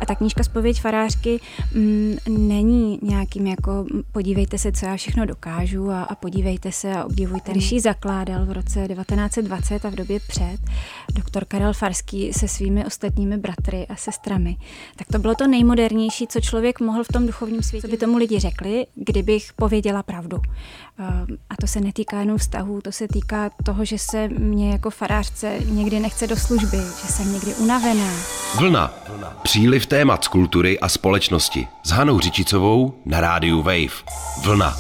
A ta knížka Zpověď farářky není nějakým jako podívejte se, co já všechno dokážu a podívejte se a obdivujte. Když ji zakládal v roce 1920 a v době před doktor Karel Farský se svými ostatními bratry a sestrami, tak to bylo to nejmodernější, co člověk mohl v tom duchovním světě. Co by tomu lidi řekli, kdybych pověděla pravdu. A to se netýká jenom vztahů, to se týká toho, že se mě jako farářce někdy nechce do služby, že jsem někdy unavená. Vlna. Příliv témat z kultury a společnosti. S Hanou Řičicovou na rádiu Wave. Vlna.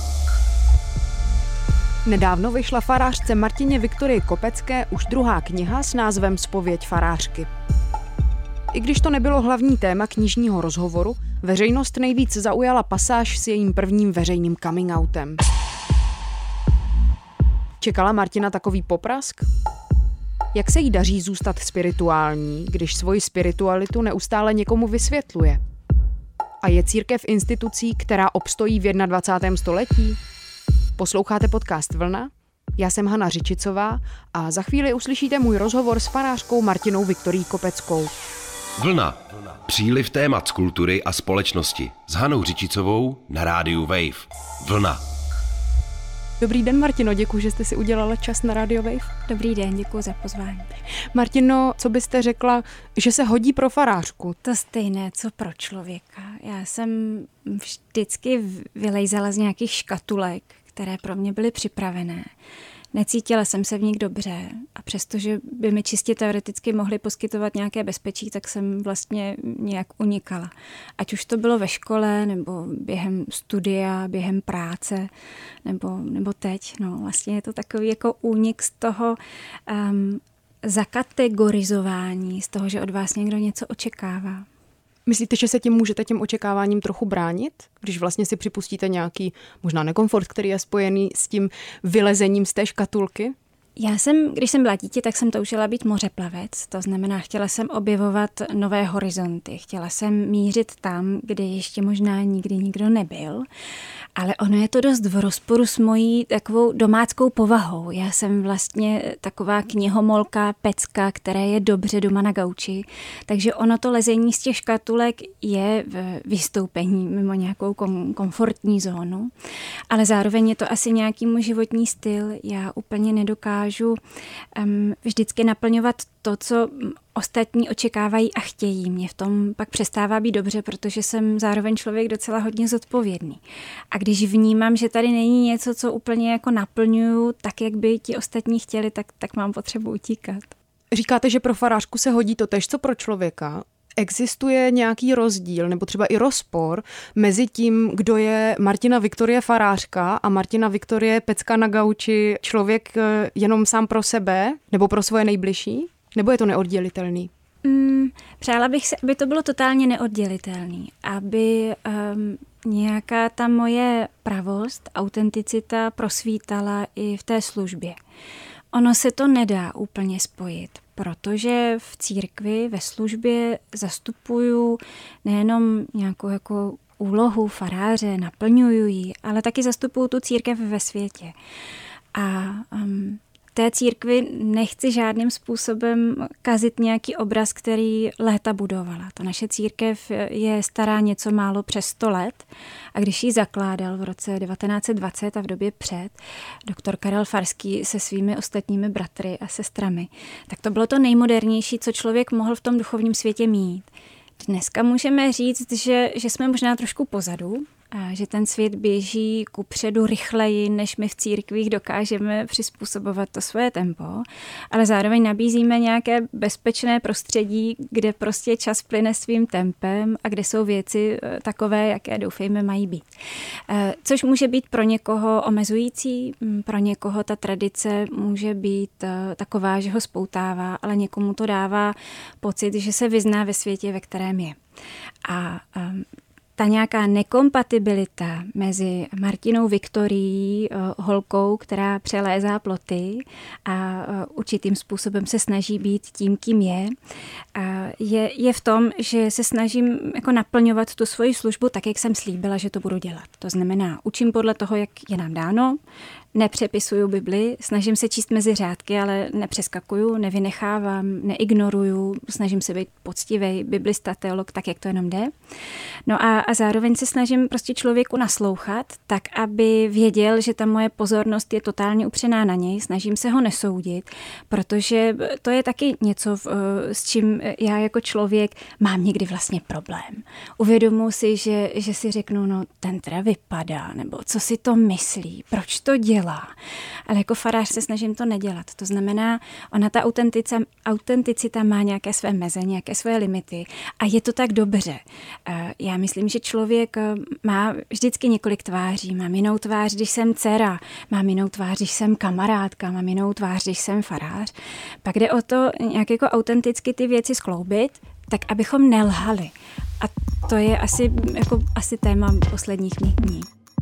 Nedávno vyšla farářce Martině Viktorii Kopecké už druhá kniha s názvem Zpověď farářky. I když to nebylo hlavní téma knižního rozhovoru, veřejnost nejvíc zaujala pasáž s jejím prvním veřejným coming outem. Čekala Martina takový poprask? Jak se jí daří zůstat spirituální, když svoji spiritualitu neustále někomu vysvětluje? A je církev institucí, která obstojí v 21. století? Posloucháte podcast Vlna? Já jsem Hana Řičicová a za chvíli uslyšíte můj rozhovor s farářkou Martinou Viktorií Kopeckou. Vlna. Příliv témat z kultury a společnosti. S Hanou Řičicovou na rádiu Wave. Vlna. Dobrý den, Martino, děkuji, že jste si udělala čas na Radio Wave. Dobrý den, děkuji za pozvání. Martino, co byste řekla, že se hodí pro farářku? To stejné, co pro člověka. Já jsem vždycky vylejzala z nějakých škatulek, které pro mě byly připravené. Necítila jsem se v nich dobře a přestože by mi čistě teoreticky mohly poskytovat nějaké bezpečí, tak jsem vlastně nějak unikala. Ať už to bylo ve škole, nebo během studia, během práce, nebo teď. No, vlastně je to takový jako únik z toho zakategorizování, z toho, že od vás někdo něco očekává. Myslíte, že se tím můžete těm očekáváním trochu bránit? Když vlastně si připustíte nějaký možná nekomfort, který je spojený s tím vylezením z té škatulky? Když jsem byla dítě, tak jsem toužila být mořeplavec. To znamená, chtěla jsem objevovat nové horizonty. Chtěla jsem mířit tam, kde ještě možná nikdy nikdo nebyl. Ale ono je to dost v rozporu s mojí takovou domáckou povahou. Já jsem vlastně taková knihomolka, pecka, které je dobře doma na gauči. Takže ono to lezení z těch škatulek je v vystoupení mimo nějakou komfortní zónu. Ale zároveň je to asi nějaký můj životní styl. Já úplně nedokážu vždycky naplňovat to, co ostatní očekávají a chtějí. Mě v tom pak přestává být dobře, protože jsem zároveň člověk docela hodně zodpovědný. A když vnímám, že tady není něco, co úplně jako naplňuju tak, jak by ti ostatní chtěli, tak mám potřebu utíkat. Říkáte, že pro farářku se hodí to též, co pro člověka. Existuje nějaký rozdíl nebo třeba i rozpor mezi tím, kdo je Martina Viktorie farářka a Martina Viktorie pecka na gauči, člověk jenom sám pro sebe nebo pro svoje nejbližší? Nebo je to neoddělitelný? Přála bych se, aby to bylo totálně neoddělitelný, aby nějaká ta moje pravost, autenticita prosvítala i v té službě. Ono se to nedá úplně spojit, protože v církvi, ve službě zastupuju nejenom nějakou jako úlohu faráře, naplňuju ji, ale taky zastupuju tu církev ve světě. A té církvi nechci žádným způsobem kazit nějaký obraz, který léta budovala. Ta naše církev je stará něco málo přes 100 let a když ji zakládal v roce 1920 a v době před doktor Karel Farský se svými ostatními bratry a sestrami, tak to bylo to nejmodernější, co člověk mohl v tom duchovním světě mít. Dneska můžeme říct, že jsme možná trošku pozadu, a že ten svět běží kupředu rychleji, než my v církvích dokážeme přizpůsobovat to svoje tempo, ale zároveň nabízíme nějaké bezpečné prostředí, kde prostě čas plyne svým tempem a kde jsou věci takové, jaké doufejme mají být. Což může být pro někoho omezující, pro někoho ta tradice může být taková, že ho spoutává, ale někomu to dává pocit, že se vyzná ve světě, ve kterém je. A ta nějaká nekompatibilita mezi Martinou Viktorií, holkou, která přelézá ploty a určitým způsobem se snaží být tím, kým je v tom, že se snažím jako naplňovat tu svoji službu tak, jak jsem slíbila, že to budu dělat. To znamená, učím podle toho, jak je nám dáno, nepřepisuju Bibli, snažím se číst mezi řádky, ale nepřeskakuju, nevynechávám, neignoruju, snažím se být poctivý biblista, teolog, tak, jak to jenom jde. No a zároveň se snažím prostě člověku naslouchat, tak, aby věděl, že ta moje pozornost je totálně upřená na něj, snažím se ho nesoudit, protože to je taky něco, s čím já jako člověk mám někdy vlastně problém. Uvědomuji si, že si řeknu, no ten teda vypadá, nebo co si to myslí, proč to dělá. Ale jako farář se snažím to nedělat. To znamená, ona ta autenticita má nějaké své meze, nějaké své limity a je to tak dobře. Já myslím, že člověk má vždycky několik tváří. Mám jinou tvář, když jsem dcera, mám jinou tvář, když jsem kamarádka, mám jinou tvář, když jsem farář. Pak jde o to nějak jako autenticky ty věci skloubit, tak abychom nelhali. A to je asi téma posledních mých dní.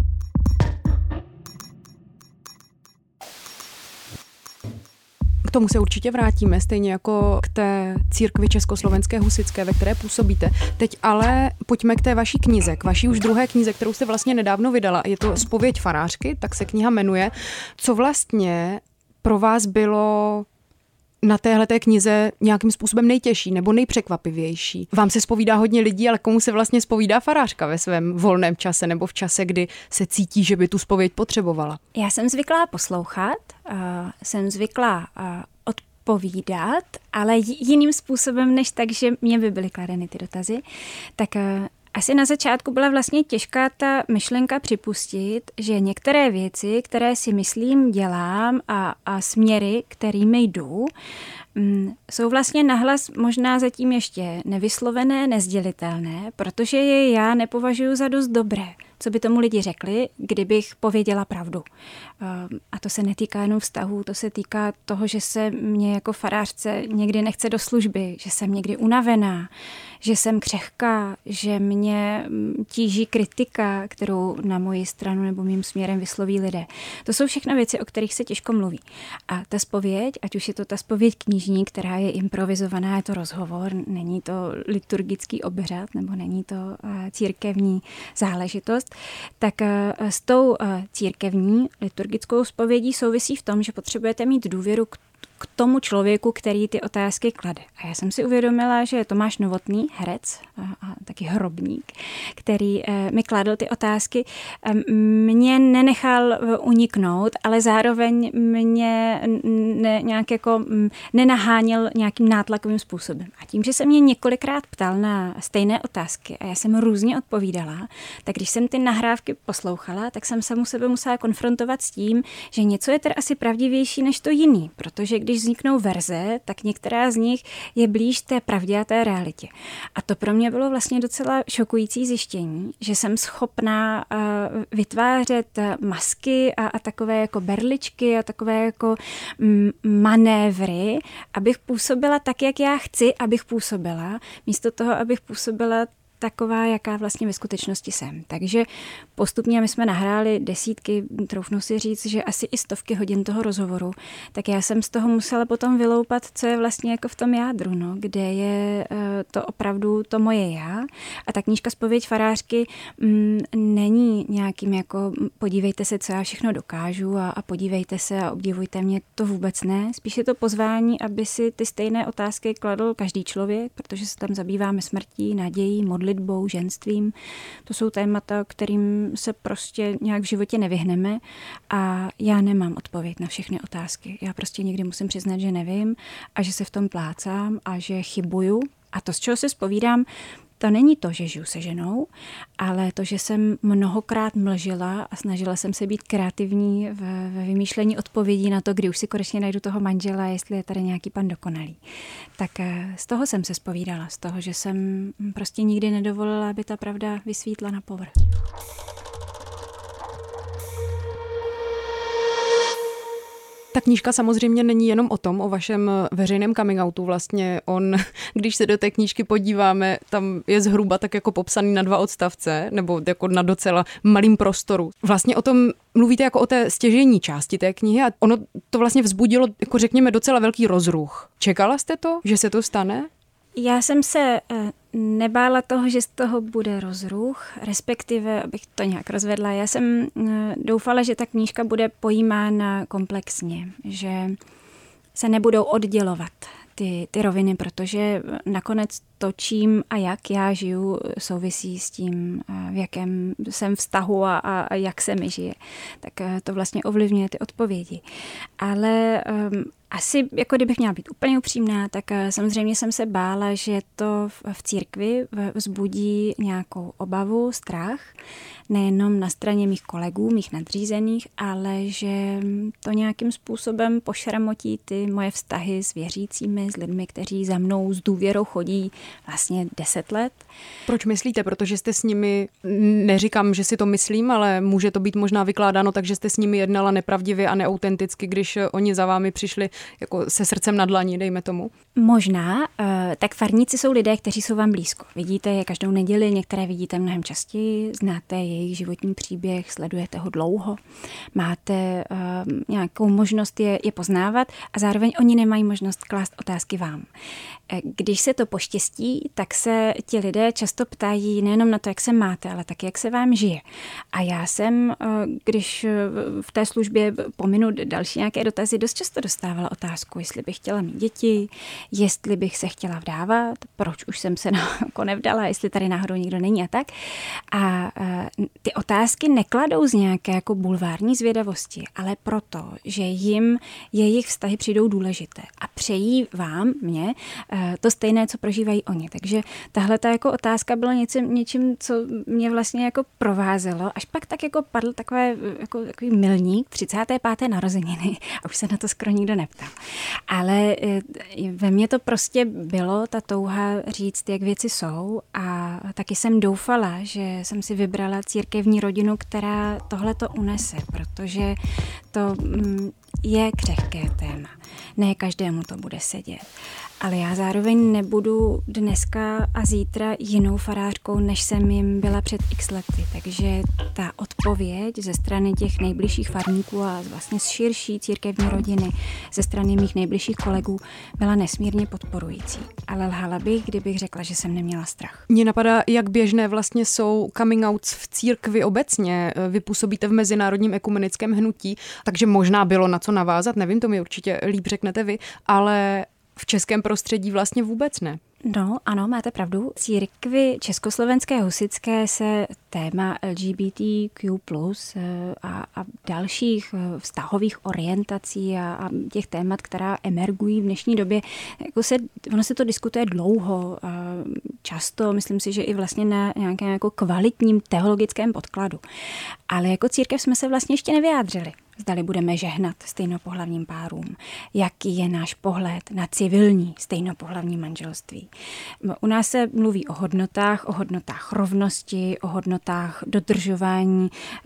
K tomu se určitě vrátíme, stejně jako k té církvi československé husitské, ve které působíte. Teď ale pojďme k té vaší knize, k vaší už druhé knize, kterou jste vlastně nedávno vydala. Je to Zpověď farářky, tak se kniha jmenuje. Co vlastně pro vás bylo na téhleté knize nějakým způsobem nejtěžší nebo nejpřekvapivější? Vám se zpovídá hodně lidí, ale komu se vlastně zpovídá farářka ve svém volném čase nebo v čase, kdy se cítí, že by tu zpověď potřebovala? Já jsem zvyklá poslouchat, jsem zvyklá odpovídat, ale jiným způsobem, než tak, že mě by byly kladeny ty dotazy. Tak asi na začátku byla vlastně těžká ta myšlenka připustit, že některé věci, které si myslím, dělám a směry, kterými jdu, jsou vlastně nahlas možná zatím ještě nevyslovené, nezdělitelné, protože je já nepovažuji za dost dobré. Co by tomu lidi řekli, kdybych pověděla pravdu. A to se netýká jenom vztahů, to se týká toho, že se mě jako farářce někdy nechce do služby, že jsem někdy unavená, že jsem křehká, že mě tíží kritika, kterou na moji stranu nebo mým směrem vysloví lidé. To jsou všechno věci, o kterých se těžko mluví. A ta zpověď, ať už je to ta zpověď knižní, která je improvizovaná, je to rozhovor, není to liturgický obřad nebo není to církevní záležitost, tak s tou církevní liturgickou zpovědí souvisí v tom, že potřebujete mít důvěru k tomu člověku, který ty otázky klade. A já jsem si uvědomila, že Tomáš Novotný, herec a taky hrobník, který mi kladl ty otázky, mě nenechal uniknout, ale zároveň mě nějak jako nenaháněl nějakým nátlakovým způsobem. A tím, že se mě několikrát ptal na stejné otázky a já jsem různě odpovídala, tak když jsem ty nahrávky poslouchala, tak jsem samu sebe musela konfrontovat s tím, že něco je teda asi pravdivější než to jiný, protože když vzniknou verze, tak některá z nich je blíž té pravdě a té realitě. A to pro mě bylo vlastně docela šokující zjištění, že jsem schopná vytvářet masky a takové jako berličky a takové jako manévry, abych působila tak, jak já chci, abych působila, místo toho, abych působila taková, jaká vlastně ve skutečnosti jsem. Takže postupně my jsme nahráli desítky, troufnu si říct, že asi i stovky hodin toho rozhovoru, tak já jsem z toho musela potom vyloupat, co je vlastně jako v tom jádru, no, kde je to opravdu to moje já. A ta knížka Zpověď farářky není nějakým jako podívejte se, co já všechno dokážu a podívejte se a obdivujte mě, to vůbec ne. Spíš je to pozvání, aby si ty stejné otázky kladl každý člověk, protože se tam zabýváme smrtí, nadějí, modlitbou, ženstvím. To jsou témata, kterým se prostě nějak v životě nevyhneme a já nemám odpověď na všechny otázky. Já prostě někdy musím přiznat, že nevím a že se v tom plácám a že chybuju. A to, z čeho se zpovídám, to není to, že žiju se ženou, ale to, že jsem mnohokrát mlžila a snažila jsem se být kreativní ve vymýšlení odpovědí na to, kdy už si konečně najdu toho manžela, jestli je tady nějaký pan dokonalý. Tak z toho jsem se zpovídala, z toho, že jsem prostě nikdy nedovolila, aby ta pravda vysvítla na povrch. Ta knížka samozřejmě není jenom o tom, o vašem veřejném coming outu. Vlastně on, když se do té knížky podíváme, tam je zhruba tak jako popsaný na 2 odstavce, nebo jako na docela malým prostoru. Vlastně o tom mluvíte jako o té stěžejní části té knihy a ono to vlastně vzbudilo, jako řekněme, docela velký rozruch. Čekala jste to, že se to stane? Já jsem se nebála toho, že z toho bude rozruch, respektive, abych to nějak rozvedla, já jsem doufala, že ta knížka bude pojímána komplexně, že se nebudou oddělovat ty roviny, protože nakonec to, čím a jak já žiju, souvisí s tím, v jakém jsem vztahu a jak se mi žije. Tak to vlastně ovlivňuje ty odpovědi. Ale asi, jako kdybych měla být úplně upřímná, tak samozřejmě jsem se bála, že to v církvi vzbudí nějakou obavu, strach, nejenom na straně mých kolegů, mých nadřízených, ale že to nějakým způsobem pošramotí ty moje vztahy s věřícími, s lidmi, kteří za mnou s důvěrou chodí vlastně 10 let. Proč myslíte? Protože jste s nimi, neříkám, že si to myslím, ale může to být možná vykládáno tak, že jste s nimi jednala nepravdivě a neautenticky, když oni za vámi přišli jako se srdcem na dlani, dejme tomu? Možná, tak farníci jsou lidé, kteří jsou vám blízko. Vidíte je každou neděli, některé vidíte mnohem častěji, znáte jejich životní příběh, sledujete ho dlouho, máte nějakou možnost je poznávat a zároveň oni nemají možnost klást otázky vám. Když se to poštěstí, tak se ti lidé často ptají nejenom na to, jak se máte, ale taky, jak se vám žije. A já jsem, když v té službě pominu další nějaké dotazy, dost často dostávala otázku, jestli bych chtěla mít děti, jestli bych se chtěla vdávat, proč už jsem se nevdala, jestli tady náhodou nikdo není a tak. A ty otázky nekladou z nějaké jako bulvární zvědavosti, ale proto, že jim jejich vztahy přijdou důležité a přejí vám, mně, to stejné, co prožívají oni. Takže tahle ta jako otázka byla něčím, co mě vlastně jako provázelo. Až pak tak jako padl takový milník, 35. narozeniny a už se na to skoro nikdo neptal. Ale ve mně to prostě bylo, ta touha říct, jak věci jsou a taky jsem doufala, že jsem si vybrala církevní rodinu, která tohle to unese, protože to je křehké téma. Ne každému to bude sedět. Ale já zároveň nebudu dneska a zítra jinou farářkou, než jsem jim byla před x lety. Takže ta odpověď ze strany těch nejbližších farníků a vlastně z širší církevní rodiny, ze strany mých nejbližších kolegů, byla nesmírně podporující. Ale lhala bych, kdybych řekla, že jsem neměla strach. Mně napadá, jak běžné vlastně jsou coming outs v církvi obecně. Vy působíte v mezinárodním ekumenickém hnutí, takže možná bylo na co navázat, nevím, to mi určitě líp řeknete vy, ale v českém prostředí vlastně vůbec ne. No, ano, máte pravdu. Církvi československé husitské se téma LGBTQ+, a dalších vztahových orientací a těch témat, která emergují v dnešní době, ono se to diskutuje dlouho, často, myslím si, že i vlastně na nějakém jako kvalitním teologickém podkladu. Ale jako církev jsme se vlastně ještě nevyjádřili. Zdali budeme žehnat stejnopohlavním párům. Jaký je náš pohled na civilní stejnopohlavní manželství. U nás se mluví o hodnotách rovnosti, o hodnotách dodržování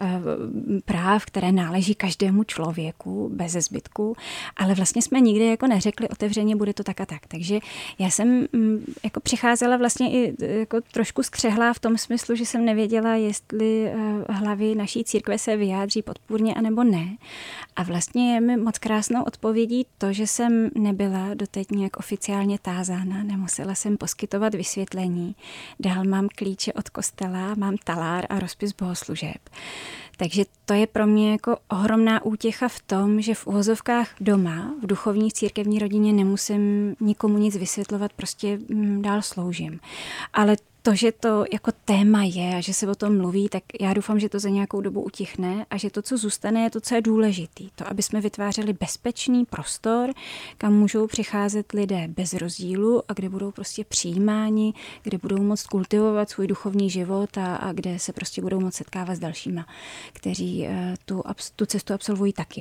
práv, které náleží každému člověku, beze zbytku, ale vlastně jsme nikdy jako neřekli otevřeně, bude to tak a tak. Takže já jsem jako přicházela vlastně i jako trošku skřehlá v tom smyslu, že jsem nevěděla, jestli hlavy naší církve se vyjádří podpůrně anebo ne. A vlastně je mi moc krásnou odpovědí to, že jsem nebyla doteď nějak oficiálně tázána, nemusela jsem poskytovat vysvětlení. Dál mám klíče od kostela, mám talár a rozpis bohoslužeb. Takže to je pro mě jako ohromná útěcha v tom, že v uvozovkách doma, v duchovní církevní rodině nemusím nikomu nic vysvětlovat, prostě dál sloužím. Ale to, že to jako téma je a že se o tom mluví, tak já doufám, že to za nějakou dobu utichne a že to, co zůstane, je to, co je důležitý. To, aby jsme vytvářeli bezpečný prostor, kam můžou přicházet lidé bez rozdílu a kde budou prostě přijímáni, kde budou moct kultivovat svůj duchovní život a kde se prostě budou moct setkávat s dalšíma, kteří tu cestu absolvují taky.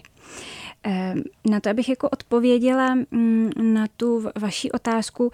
Na to, abych jako odpověděla na tu vaši otázku,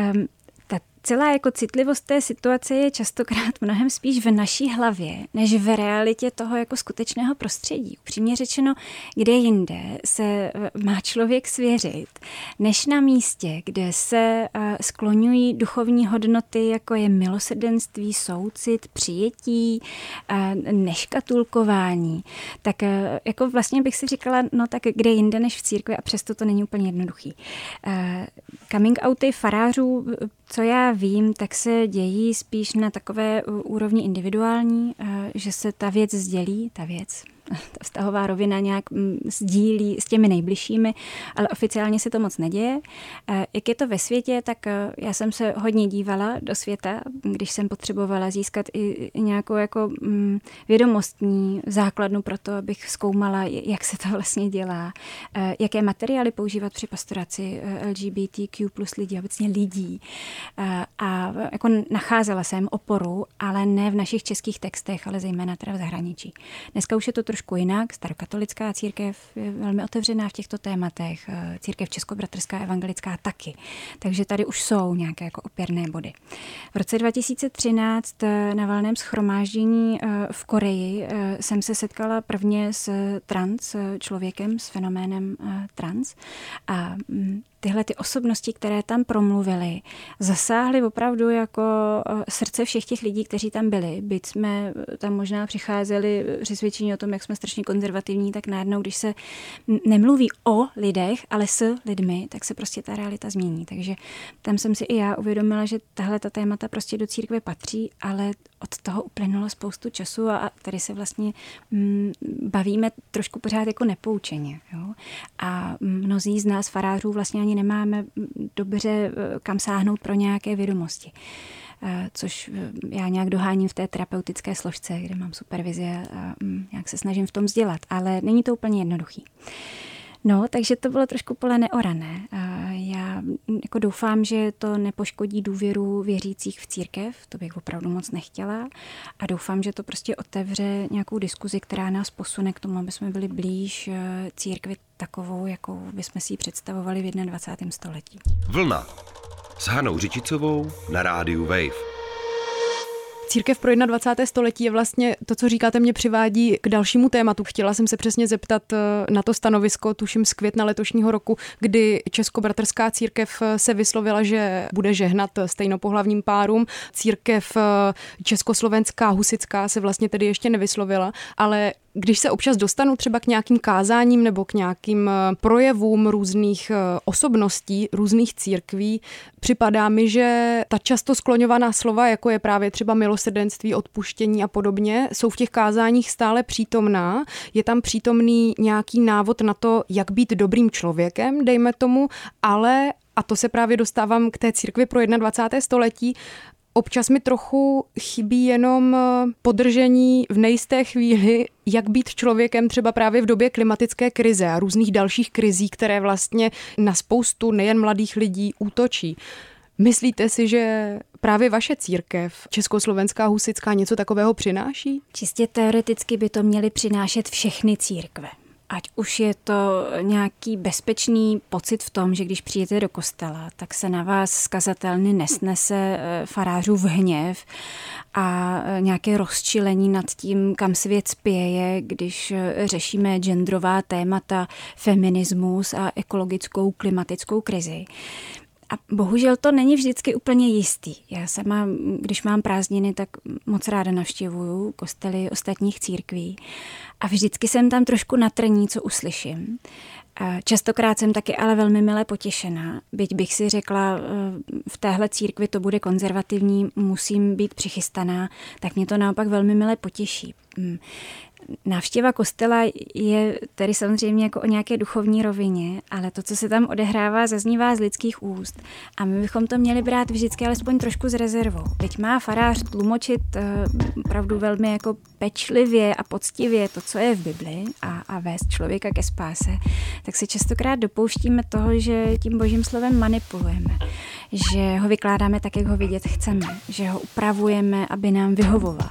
celá jako citlivost té situace je častokrát mnohem spíš v naší hlavě, než v realitě toho jako skutečného prostředí. Upřímně řečeno, kde jinde se má člověk svěřit, než na místě, kde se skloňují duchovní hodnoty, jako je milosrdenství, soucit, přijetí, neškatulkování. Tak jako vlastně bych si říkala, no tak kde jinde než v církvi a přesto to není úplně jednoduchý. Coming outy farářů co já vím, tak se dějí spíš na takové úrovni individuální, že se ta věc sdělí, ta vztahová rovina nějak sdílí s těmi nejbližšími, ale oficiálně se to moc neděje. Jak je to ve světě, tak já jsem se hodně dívala do světa, když jsem potřebovala získat i nějakou jako vědomostní základnu pro to, abych zkoumala, jak se to vlastně dělá, jaké materiály používat při pastoraci LGBTQ plus lidí, obecně lidí. A jako nacházela jsem oporu, ale ne v našich českých textech, ale zejména teda v zahraničí. Dneska už je to trošku jinak. Starokatolická církev je velmi otevřená v těchto tématech. Církev českobratrská, evangelická taky. Takže tady už jsou nějaké jako opěrné body. V roce 2013 na valném shromáždění v Koreji jsem se setkala prvně s trans člověkem, s fenoménem trans. A tyhle ty osobnosti, které tam promluvily, zasáhly opravdu jako srdce všech těch lidí, kteří tam byli. Byť jsme tam možná přicházeli přesvědčení o tom, jak jsme strašně konzervativní, tak najednou, když se nemluví o lidech, ale s lidmi, tak se prostě ta realita změní. Takže tam jsem si i já uvědomila, že tahle ta témata prostě do církve patří, ale od toho uplynulo spoustu času a tady se vlastně bavíme trošku pořád jako nepoučeně. Jo? A mnozí z nás farářů vlastně ani nemáme dobře kam sáhnout pro nějaké vědomosti. Což já nějak doháním v té terapeutické složce, kde mám supervizi a nějak se snažím v tom vzdělat, ale není to úplně jednoduchý. No, takže to bylo trošku pole neorané. Já jako doufám, že to nepoškodí důvěru věřících v církev, to bych opravdu moc nechtěla a doufám, že to prostě otevře nějakou diskuzi, která nás posune k tomu, aby jsme byli blíž církvi takovou, jakou bychom si ji představovali v 21. století. Vlna s Hanou Řičicovou na rádiu Wave. Církev pro 21. století je vlastně to, co říkáte, mě přivádí k dalšímu tématu. Chtěla jsem se přesně zeptat na to stanovisko, tuším z května letošního roku, kdy Českobratrská církev se vyslovila, že bude žehnat stejnopohlavním párům. Církev československá husitská se vlastně tedy ještě nevyslovila, ale když se občas dostanu třeba k nějakým kázáním nebo k nějakým projevům různých osobností, různých církví, připadá mi, že ta často skloňovaná slova, jako je právě třeba milosrdenství, odpuštění a podobně, jsou v těch kázáních stále přítomná. Je tam přítomný nějaký návod na to, jak být dobrým člověkem, dejme tomu, ale, a to se právě dostávám k té církvi pro 21. století, občas mi trochu chybí jenom podržení v nejisté chvíli, jak být člověkem třeba právě v době klimatické krize a různých dalších krizí, které vlastně na spoustu nejen mladých lidí útočí. Myslíte si, že právě vaše církev, československá husitská, něco takového přináší? Čistě teoreticky by to měly přinášet všechny církve. Ať už je to nějaký bezpečný pocit v tom, že když přijete do kostela, tak se na vás zkazatelně nesnese farářův hněv a nějaké rozčilení nad tím, kam svět spěje, když řešíme genderová témata, feminismus a ekologickou klimatickou krizi. A bohužel to není vždycky úplně jistý. Já sama, když mám prázdniny, tak moc ráda navštěvuju kostely ostatních církví a vždycky jsem tam trošku na trní, co uslyším. Častokrát jsem taky ale velmi mile potěšená. Byť bych si řekla, v téhle církvi to bude konzervativní, musím být přichystaná, tak mě to naopak velmi mile potěší. Návštěva kostela je tedy samozřejmě jako o nějaké duchovní rovině, ale to, co se tam odehrává, zaznívá z lidských úst. A my bychom to měli brát vždycky alespoň trošku s rezervou. Teď má farář tlumočit opravdu velmi jako pečlivě a poctivě to, co je v Bibli a vést člověka ke spáse, tak se častokrát dopouštíme toho, že tím božím slovem manipulujeme, že ho vykládáme tak, jak ho vidět chceme, že ho upravujeme, aby nám vyhovoval.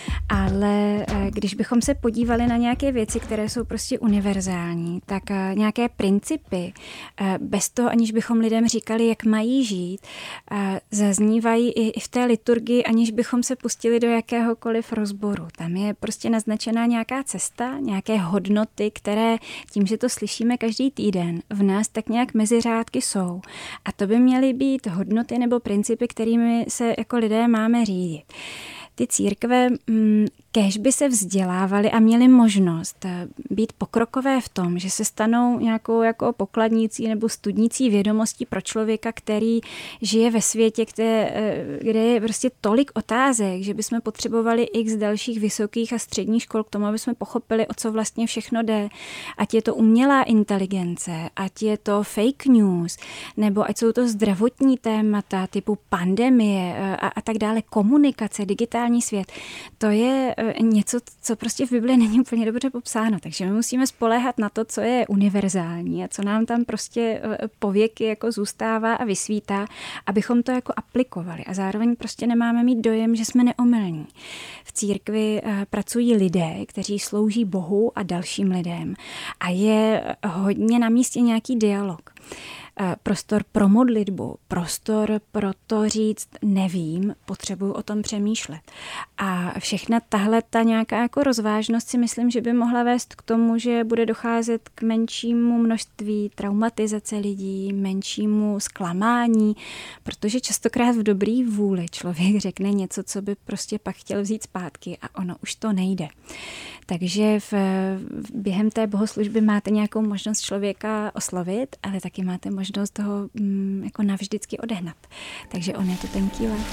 Ale když bychom se podívali na nějaké věci, které jsou prostě univerzální, tak nějaké principy, bez toho, aniž bychom lidem říkali, jak mají žít, zaznívají i v té liturgii, aniž bychom se pustili do jakéhokoliv rozboru. Tam je prostě naznačená nějaká cesta, nějaké hodnoty, které tím, že to slyšíme každý týden, v nás tak nějak mezi řádky jsou. A to by měly být hodnoty nebo principy, kterými se jako lidé máme řídit. Ty církve, kéž by se vzdělávali a měli možnost být pokrokové v tom, že se stanou nějakou jako pokladnicí nebo studnicí vědomostí pro člověka, který žije ve světě, kde je prostě tolik otázek, že bychom potřebovali x dalších vysokých a středních škol k tomu, aby jsme pochopili, o co vlastně všechno jde. Ať je to umělá inteligence, ať je to fake news, nebo ať jsou to zdravotní témata typu pandemie a tak dále, komunikace, digitální svět. To je něco, co prostě v Bibli není úplně dobře popsáno, takže my musíme spoléhat na to, co je univerzální a co nám tam prostě pověky jako zůstává a vysvítá, abychom to jako aplikovali a zároveň prostě nemáme mít dojem, že jsme neomylní. V církvi pracují lidé, kteří slouží Bohu a dalším lidem a je hodně na místě nějaký dialog. Prostor pro modlitbu, prostor pro to říct nevím, potřebuju o tom přemýšlet. A všechna tahle ta nějaká jako rozvážnost si myslím, že by mohla vést k tomu, že bude docházet k menšímu množství traumatizace lidí, menšímu zklamání, protože častokrát v dobrý vůli člověk řekne něco, co by prostě pak chtěl vzít zpátky a ono už to nejde. Takže během té bohoslužby máte nějakou možnost člověka oslovit, ale taky máte možnost ho jako navždycky odehnat. Takže on je to tenký led.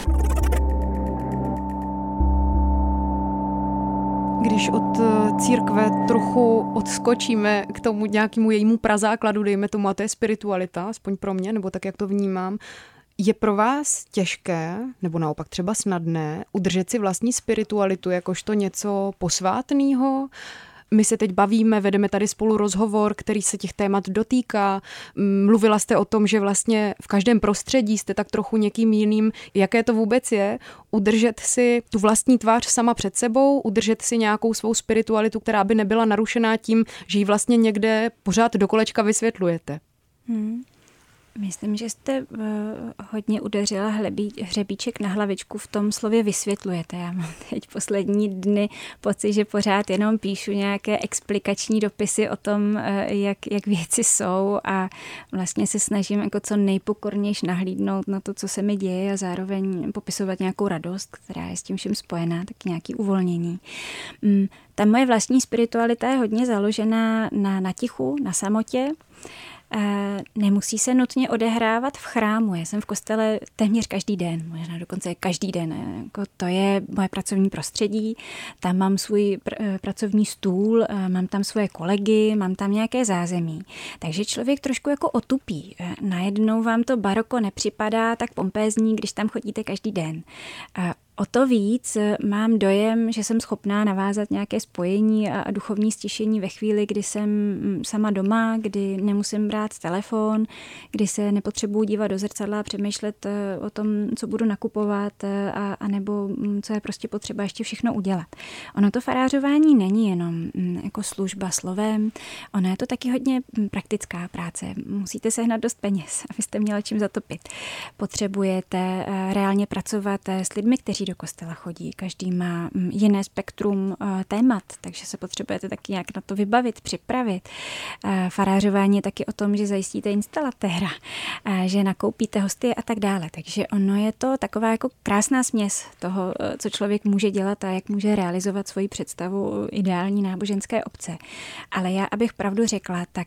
Když od církve trochu odskočíme k tomu nějakému jejímu prazákladu, dejme tomu, a to je spiritualita, aspoň pro mě, nebo tak, jak to vnímám, je pro vás těžké, nebo naopak třeba snadné, udržet si vlastní spiritualitu jakožto něco posvátného? My se teď bavíme, vedeme tady spolu rozhovor, který se těch témat dotýká. Mluvila jste o tom, že vlastně v každém prostředí jste tak trochu někým jiným. Jaké to vůbec je? Udržet si tu vlastní tvář sama před sebou, udržet si nějakou svou spiritualitu, která by nebyla narušená tím, že ji vlastně někde pořád dokolečka vysvětlujete. Myslím, že jste hodně udeřila hřebíček na hlavičku v tom slově vysvětlujete. Já mám teď poslední dny pocit, že pořád jenom píšu nějaké explikační dopisy o tom, jak věci jsou a vlastně se snažím jako co nejpokornějš nahlídnout na to, co se mi děje a zároveň popisovat nějakou radost, která je s tím vším spojená, tak nějaký uvolnění. Ta moje vlastní spiritualita je hodně založená na tichu, na samotě. Nemusí se nutně odehrávat v chrámu. Já jsem v kostele téměř každý den, možná dokonce každý den. Jako to je moje pracovní prostředí, tam mám svůj pracovní stůl, mám tam svoje kolegy, mám tam nějaké zázemí. Takže člověk trošku jako otupí. Najednou vám to baroko nepřipadá tak pompézní, když tam chodíte každý den. O to víc mám dojem, že jsem schopná navázat nějaké spojení a duchovní stišení ve chvíli, kdy jsem sama doma, kdy nemusím brát telefon, kdy se nepotřebuji dívat do zrcadla a přemýšlet o tom, co budu nakupovat, a nebo co je prostě potřeba ještě všechno udělat. Ono to farářování není jenom jako služba slovem, ono je to taky hodně praktická práce. Musíte sehnat dost peněz, abyste měli čím zatopit. Potřebujete reálně pracovat s lidmi, kteří do kostela chodí. Každý má jiné spektrum témat, takže se potřebujete taky nějak na to vybavit, připravit. Farářování je taky o tom, že zajistíte instalatéra, že nakoupíte hosty a tak dále. Takže ono je to taková jako krásná směs toho, co člověk může dělat a jak může realizovat svoji představu ideální náboženské obce. Ale já, abych pravdu řekla, tak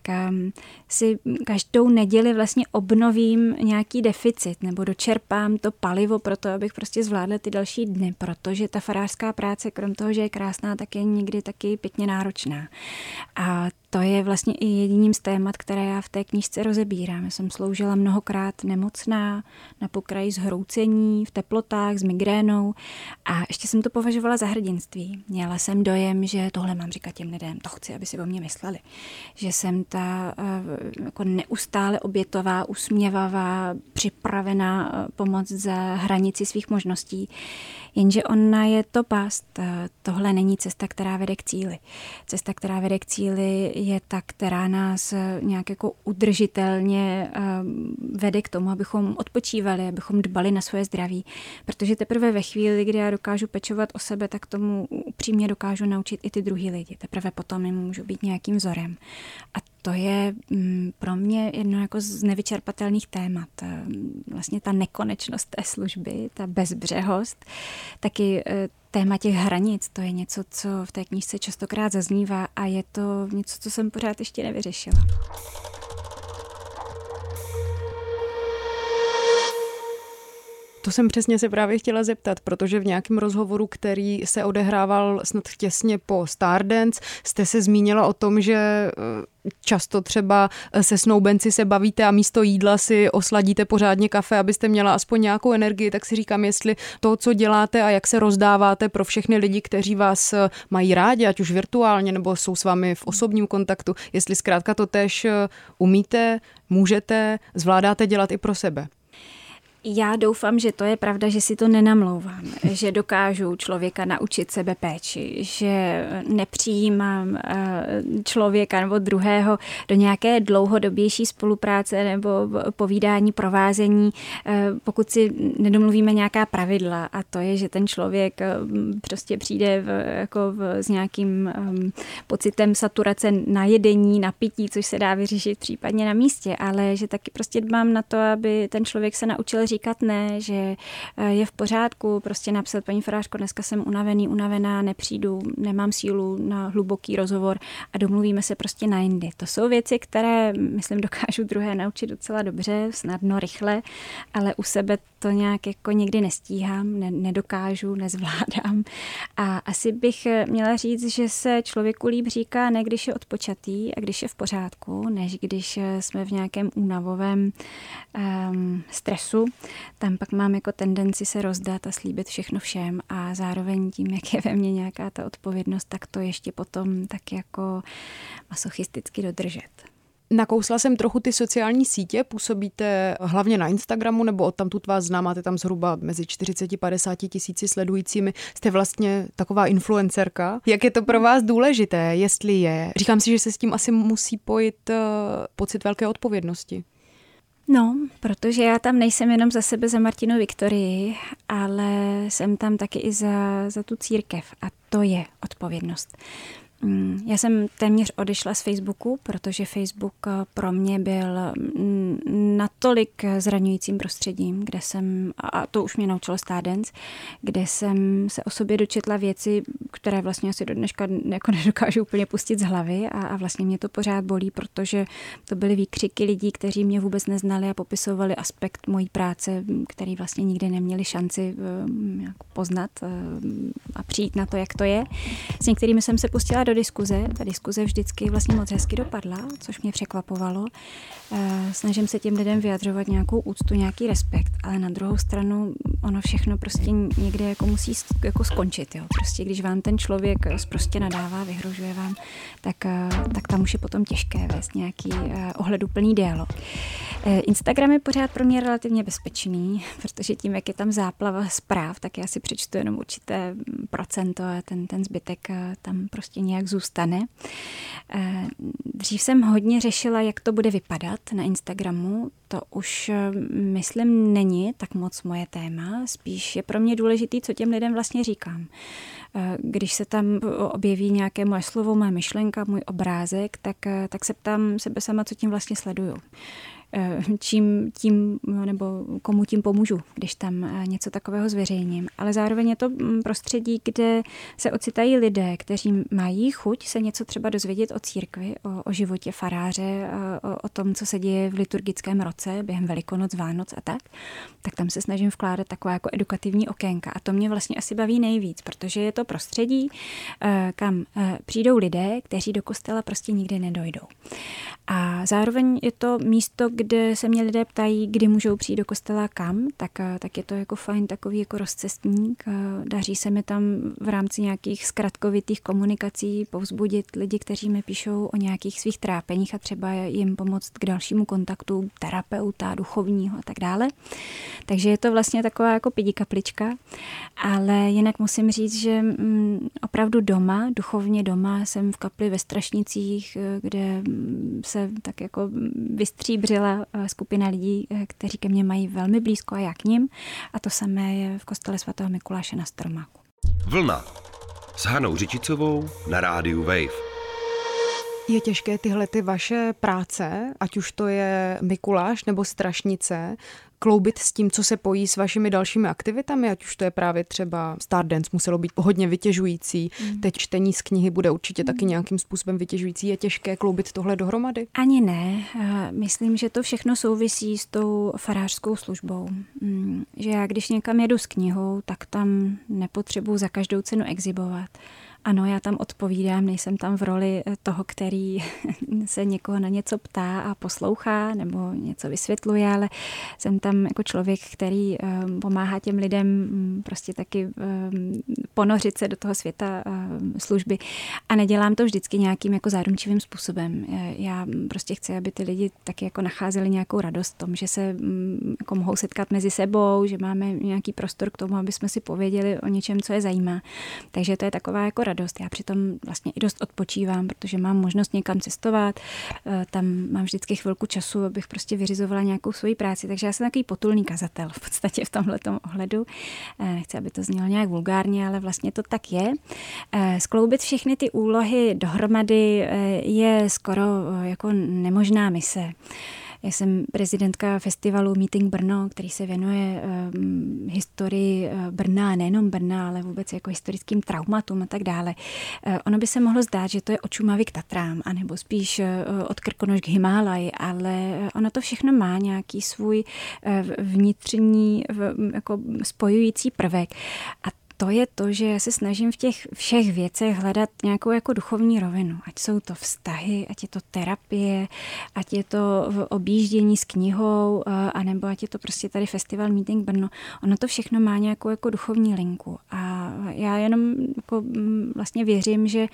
si každou neděli vlastně obnovím nějaký deficit nebo dočerpám to palivo pro to, abych prostě zvládla ty další dny, protože ta farářská práce, krom toho, že je krásná, tak je někdy taky pěkně náročná. A to je vlastně i jedním z témat, které já v té knížce rozebírám. Já jsem sloužila mnohokrát nemocná, na pokraji zhroucení, v teplotách, s migrénou a ještě jsem to považovala za hrdinství. Měla jsem dojem, že tohle mám říkat těm lidem, to chci, aby si o mě mysleli. Že jsem ta jako neustále obětová, usměvavá, připravená pomoct za hranici svých možností. Jenže ona je to past. Tohle není cesta, která vede k cíli. Cesta, která vede k cíli, je ta, která nás nějak jako udržitelně vede k tomu, abychom odpočívali, abychom dbali na svoje zdraví. Protože teprve ve chvíli, kdy já dokážu pečovat o sebe, tak tomu upřímně dokážu naučit i ty druhý lidi. Teprve potom jim můžu být nějakým vzorem. A to je pro mě jedno jako z nevyčerpatelných témat. Vlastně ta nekonečnost té služby, ta bezbřehost, taky téma těch hranic, to je něco, co v té knížce častokrát zaznívá a je to něco, co jsem pořád ještě nevyřešila. To jsem přesně se právě chtěla zeptat, protože v nějakém rozhovoru, který se odehrával snad těsně po Stardance, jste se zmínila o tom, že často třeba se snoubenci se bavíte a místo jídla si osladíte pořádně kafe, abyste měla aspoň nějakou energii, tak si říkám, jestli to, co děláte a jak se rozdáváte pro všechny lidi, kteří vás mají rádi, ať už virtuálně nebo jsou s vámi v osobním kontaktu, jestli zkrátka to též umíte, můžete, zvládáte dělat i pro sebe. Já doufám, že to je pravda, že si to nenamlouvám, že dokážu člověka naučit sebe péči, že nepřijímám člověka nebo druhého do nějaké dlouhodobější spolupráce nebo povídání, provázení, pokud si nedomluvíme nějaká pravidla, a to je, že ten člověk prostě přijde s nějakým pocitem saturace na jedení, na pití, což se dá vyřešit případně na místě, ale že taky prostě dbám na to, aby ten člověk se naučil říkat ne, že je v pořádku, prostě napsat: paní farářko, dneska jsem unavená, nepřijdu, nemám sílu na hluboký rozhovor a domluvíme se prostě na jindy. To jsou věci, které, myslím, dokážu druhé naučit docela dobře, snadno, rychle, ale u sebe to nějak jako někdy nestíhám, nedokážu, nezvládám. A asi bych měla říct, že se člověku líp říká ne když je odpočatý a když je v pořádku, než když jsme v nějakém únavovém stresu. Tam pak mám jako tendenci se rozdat a slíbit všechno všem a zároveň tím, jak je ve mně nějaká ta odpovědnost, tak to ještě potom tak jako masochisticky dodržet. Nakousla jsem trochu ty sociální sítě, působíte hlavně na Instagramu, nebo odtamtud vás znám, máte tam zhruba mezi 40-50 tisíci sledujícími. Jste vlastně taková influencerka. Jak je to pro vás důležité, jestli je? Říkám si, že se s tím asi musí pojít pocit velké odpovědnosti. No, protože já tam nejsem jenom za sebe, za Martinu Viktorii, ale jsem tam taky i za tu církev a to je odpovědnost. Já jsem téměř odešla z Facebooku, protože Facebook pro mě byl natolik zraňujícím prostředím, kde jsem, a to už mě naučilo Stardance, kde jsem se o sobě dočetla věci, které vlastně asi do dneška jako nedokážu úplně pustit z hlavy a vlastně mě to pořád bolí, protože to byly výkřiky lidí, kteří mě vůbec neznali a popisovali aspekt mojí práce, který vlastně nikdy neměli šanci poznat a přijít na to, jak to je. S některými jsem se pustila do diskuze. Ta diskuze vždycky vlastně moc hezky dopadla, což mě překvapovalo. Snažím se těm lidem vyjadřovat nějakou úctu, nějaký respekt, ale na druhou stranu ono všechno prostě někde jako musí jako skončit. Jo. Prostě když vám ten člověk prostě nadává, vyhrožuje vám, tak tam už je potom těžké vést nějaký ohleduplný dialog. Instagram je pořád pro mě relativně bezpečný, protože tím, jak je tam záplava zpráv, tak já si přečtu jenom určité procento a ten zbytek tam prostě nějak zůstane. Dřív jsem hodně řešila, jak to bude vypadat na Instagramu. To už, myslím, není tak moc moje téma. Spíš je pro mě důležitý, co těm lidem vlastně říkám. Když se tam objeví nějaké moje slovo, moje myšlenka, můj obrázek, tak se ptám sebe sama, co tím vlastně sleduju. Čím tím, nebo komu tím pomůžu, když tam něco takového zveřejním. Ale zároveň je to prostředí, kde se ocitají lidé, kteří mají chuť se něco třeba dozvědět o církvi, o životě faráře, o tom, co se děje v liturgickém roce, během Velikonoc, Vánoc a tak tam se snažím vkládat taková jako edukativní okénka. A to mě vlastně asi baví nejvíc, protože je to prostředí, kam přijdou lidé, kteří do kostela prostě nikdy nedojdou. A zároveň je to místo, kde se mě lidé ptají, kdy můžou přijít do kostela kam, tak je to jako fajn takový jako rozcestník. Daří se mi tam v rámci nějakých zkratkovitých komunikací povzbudit lidi, kteří mi píšou o nějakých svých trápeních a třeba jim pomoct k dalšímu kontaktu terapeuta, duchovního a tak dále. Takže je to vlastně taková jako pidi kaplička, ale jinak musím říct, že opravdu doma, duchovně doma jsem v kapli ve Strašnicích, kde se tak jako vystříbřila skupina lidí, kteří ke mně mají velmi blízko a já k nim. A to samé je v kostele svatého Mikuláše na Stromáku. Vlna s Hanou Řičicovou na rádiu Wave. Je těžké tyhle ty vaše práce, ať už to je Mikuláš nebo Strašnice, kloubit s tím, co se pojí s vašimi dalšími aktivitami, ať už to je právě třeba Stardance, muselo být hodně vytěžující, teď čtení z knihy bude určitě taky nějakým způsobem vytěžující. Je těžké kloubit tohle dohromady? Ani ne. Myslím, že to všechno souvisí s tou farářskou službou. Že já, když někam jedu s knihou, tak tam nepotřebuji za každou cenu exhibovat. Ano, já tam odpovídám, nejsem tam v roli toho, který se někoho na něco ptá a poslouchá nebo něco vysvětluje, ale jsem tam jako člověk, který pomáhá těm lidem prostě taky ponořit se do toho světa služby a nedělám to vždycky nějakým jako zárumčivým způsobem. Já prostě chci, aby ty lidi taky jako nacházeli nějakou radost v tom, že se jako mohou setkat mezi sebou, že máme nějaký prostor k tomu, aby jsme si pověděli o něčem, co je zajímá. Takže to je taková jako radost. Já přitom vlastně i dost odpočívám, protože mám možnost někam cestovat, tam mám vždycky chvilku času, abych prostě vyřizovala nějakou svoji práci, takže já jsem takový potulný kazatel v podstatě v tomhletom ohledu. Nechci, aby to znělo nějak vulgárně, ale vlastně to tak je. Skloubit všechny ty úlohy dohromady je skoro jako nemožná mise. Já jsem prezidentka festivalu Meeting Brno, který se věnuje historii Brna, nejenom Brna, ale vůbec jako historickým traumatům a tak dále. Ono by se mohlo zdát, že to je od Šumavy k Tatrám, anebo spíš od Krkonoš k Himálaji, ale ono to všechno má nějaký svůj vnitřní jako spojující prvek. A to je to, že já se snažím v těch všech věcech hledat nějakou jako duchovní rovinu. Ať jsou to vztahy, ať je to terapie, ať je to objíždění s knihou, anebo ať je to prostě tady festival Meeting Brno. Ono to všechno má nějakou jako duchovní linku. A já jenom jako vlastně věřím, že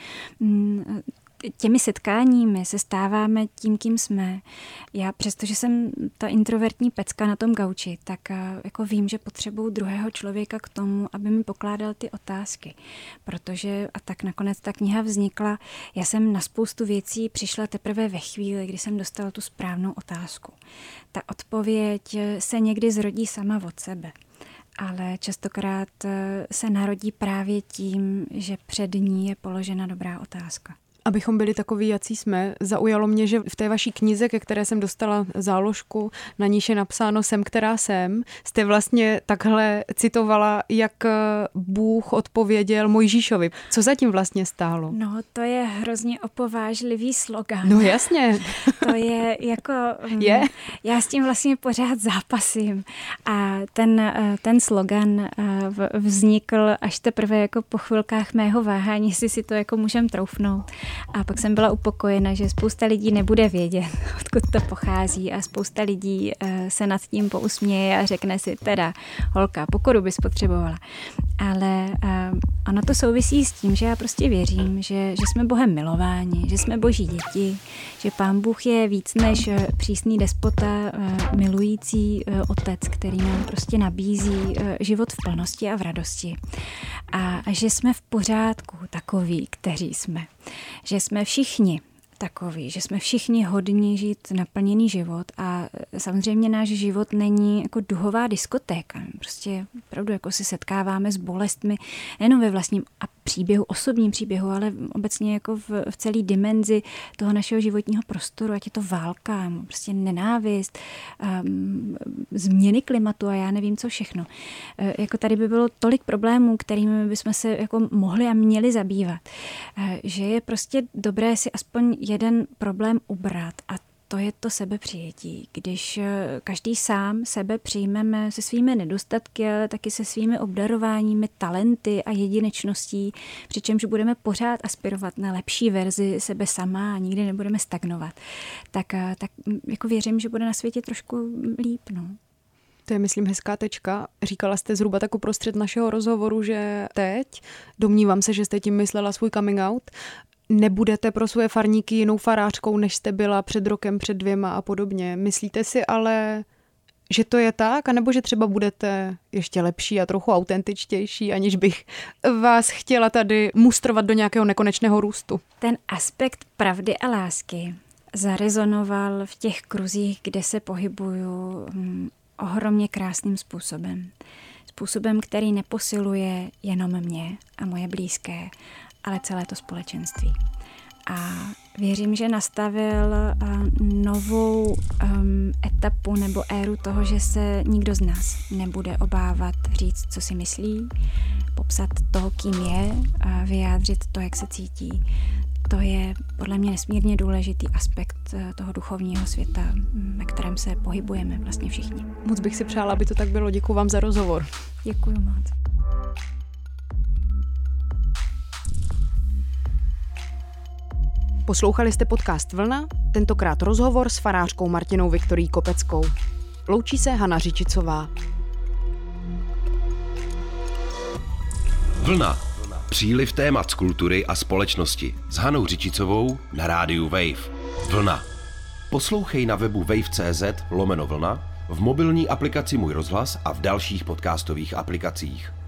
těmi setkáními se stáváme tím, kým jsme. Já přestože jsem ta introvertní pecka na tom gauči, tak jako vím, že potřebuju druhého člověka k tomu, aby mi pokládal ty otázky. Protože, a tak nakonec ta kniha vznikla, já jsem na spoustu věcí přišla teprve ve chvíli, kdy jsem dostala tu správnou otázku. Ta odpověď se někdy zrodí sama od sebe. Ale častokrát se narodí právě tím, že před ní je položena dobrá otázka. Abychom byli takoví, jací jsme, zaujalo mě, že v té vaší knize, ke které jsem dostala záložku, na níž je napsáno Jsem, která jsem, jste vlastně takhle citovala, jak Bůh odpověděl Mojžíšovi. Co za tím vlastně stálo? No, to je hrozně opovážlivý slogan. No jasně. To je jako... Je? Já s tím vlastně pořád zápasím. A ten slogan vznikl až teprve jako po chvilkách mého váhání, jestli si to jako můžem troufnout. A pak jsem byla upokojena, že spousta lidí nebude vědět, odkud to pochází a spousta lidí se nad tím pousměje a řekne si teda, holka, pokoru bys potřebovala. Ale ono to souvisí s tím, že já prostě věřím, že jsme Bohem milováni, že jsme Boží děti, že Pán Bůh je víc než přísný despota, milující otec, který nám prostě nabízí život v plnosti a v radosti. A že jsme v pořádku takoví, kteří jsme. Že jsme všichni takový, že jsme všichni hodní žít naplněný život a samozřejmě náš život není jako duhová diskotéka. Prostě opravdu jako se setkáváme s bolestmi nejenom ve vlastním a příběhu, osobním příběhu, ale obecně jako v celé dimenzi toho našeho životního prostoru, ať je to válka, prostě nenávist, změny klimatu a já nevím co všechno. Jako tady by bylo tolik problémů, kterými bychom se jako mohli a měli zabývat. Že je prostě dobré si aspoň jeden problém ubrat a to je to sebepřijetí. Když každý sám sebe přijmeme se svými nedostatky, ale taky se svými obdarováními, talenty a jedinečností, přičemž budeme pořád aspirovat na lepší verzi sebe sama a nikdy nebudeme stagnovat, tak jako věřím, že bude na světě trošku líp. No. To je, myslím, hezká tečka. Říkala jste zhruba tak uprostřed našeho rozhovoru, že teď, domnívám se, že jste tím myslela svůj coming out, nebudete pro svoje farníky jinou farářkou, než jste byla před rokem, před 2 a podobně. Myslíte si ale, že to je tak, anebo že třeba budete ještě lepší a trochu autentičtější, aniž bych vás chtěla tady mustrovat do nějakého nekonečného růstu? Ten aspekt pravdy a lásky zarezonoval v těch kruzích, kde se pohybuju ohromně krásným způsobem. Způsobem, který neposiluje jenom mě a moje blízké, ale celé to společenství. A věřím, že nastavil novou etapu nebo éru toho, že se nikdo z nás nebude obávat říct, co si myslí, popsat toho, kým je a vyjádřit to, jak se cítí. To je podle mě nesmírně důležitý aspekt toho duchovního světa, ve kterém se pohybujeme vlastně všichni. Moc bych si přála, aby to tak bylo. Děkuji vám za rozhovor. Děkuji moc. Poslouchali jste podcast Vlna, tentokrát rozhovor s farářkou Martinou Viktorií Kopeckou. Loučí se Hana Řičicová. Vlna. Příliv témat z kultury a společnosti s Hanou Řičicovou na rádiu Wave. Vlna. Poslouchej na webu wave.cz/vlna, v mobilní aplikaci Můj rozhlas a v dalších podcastových aplikacích.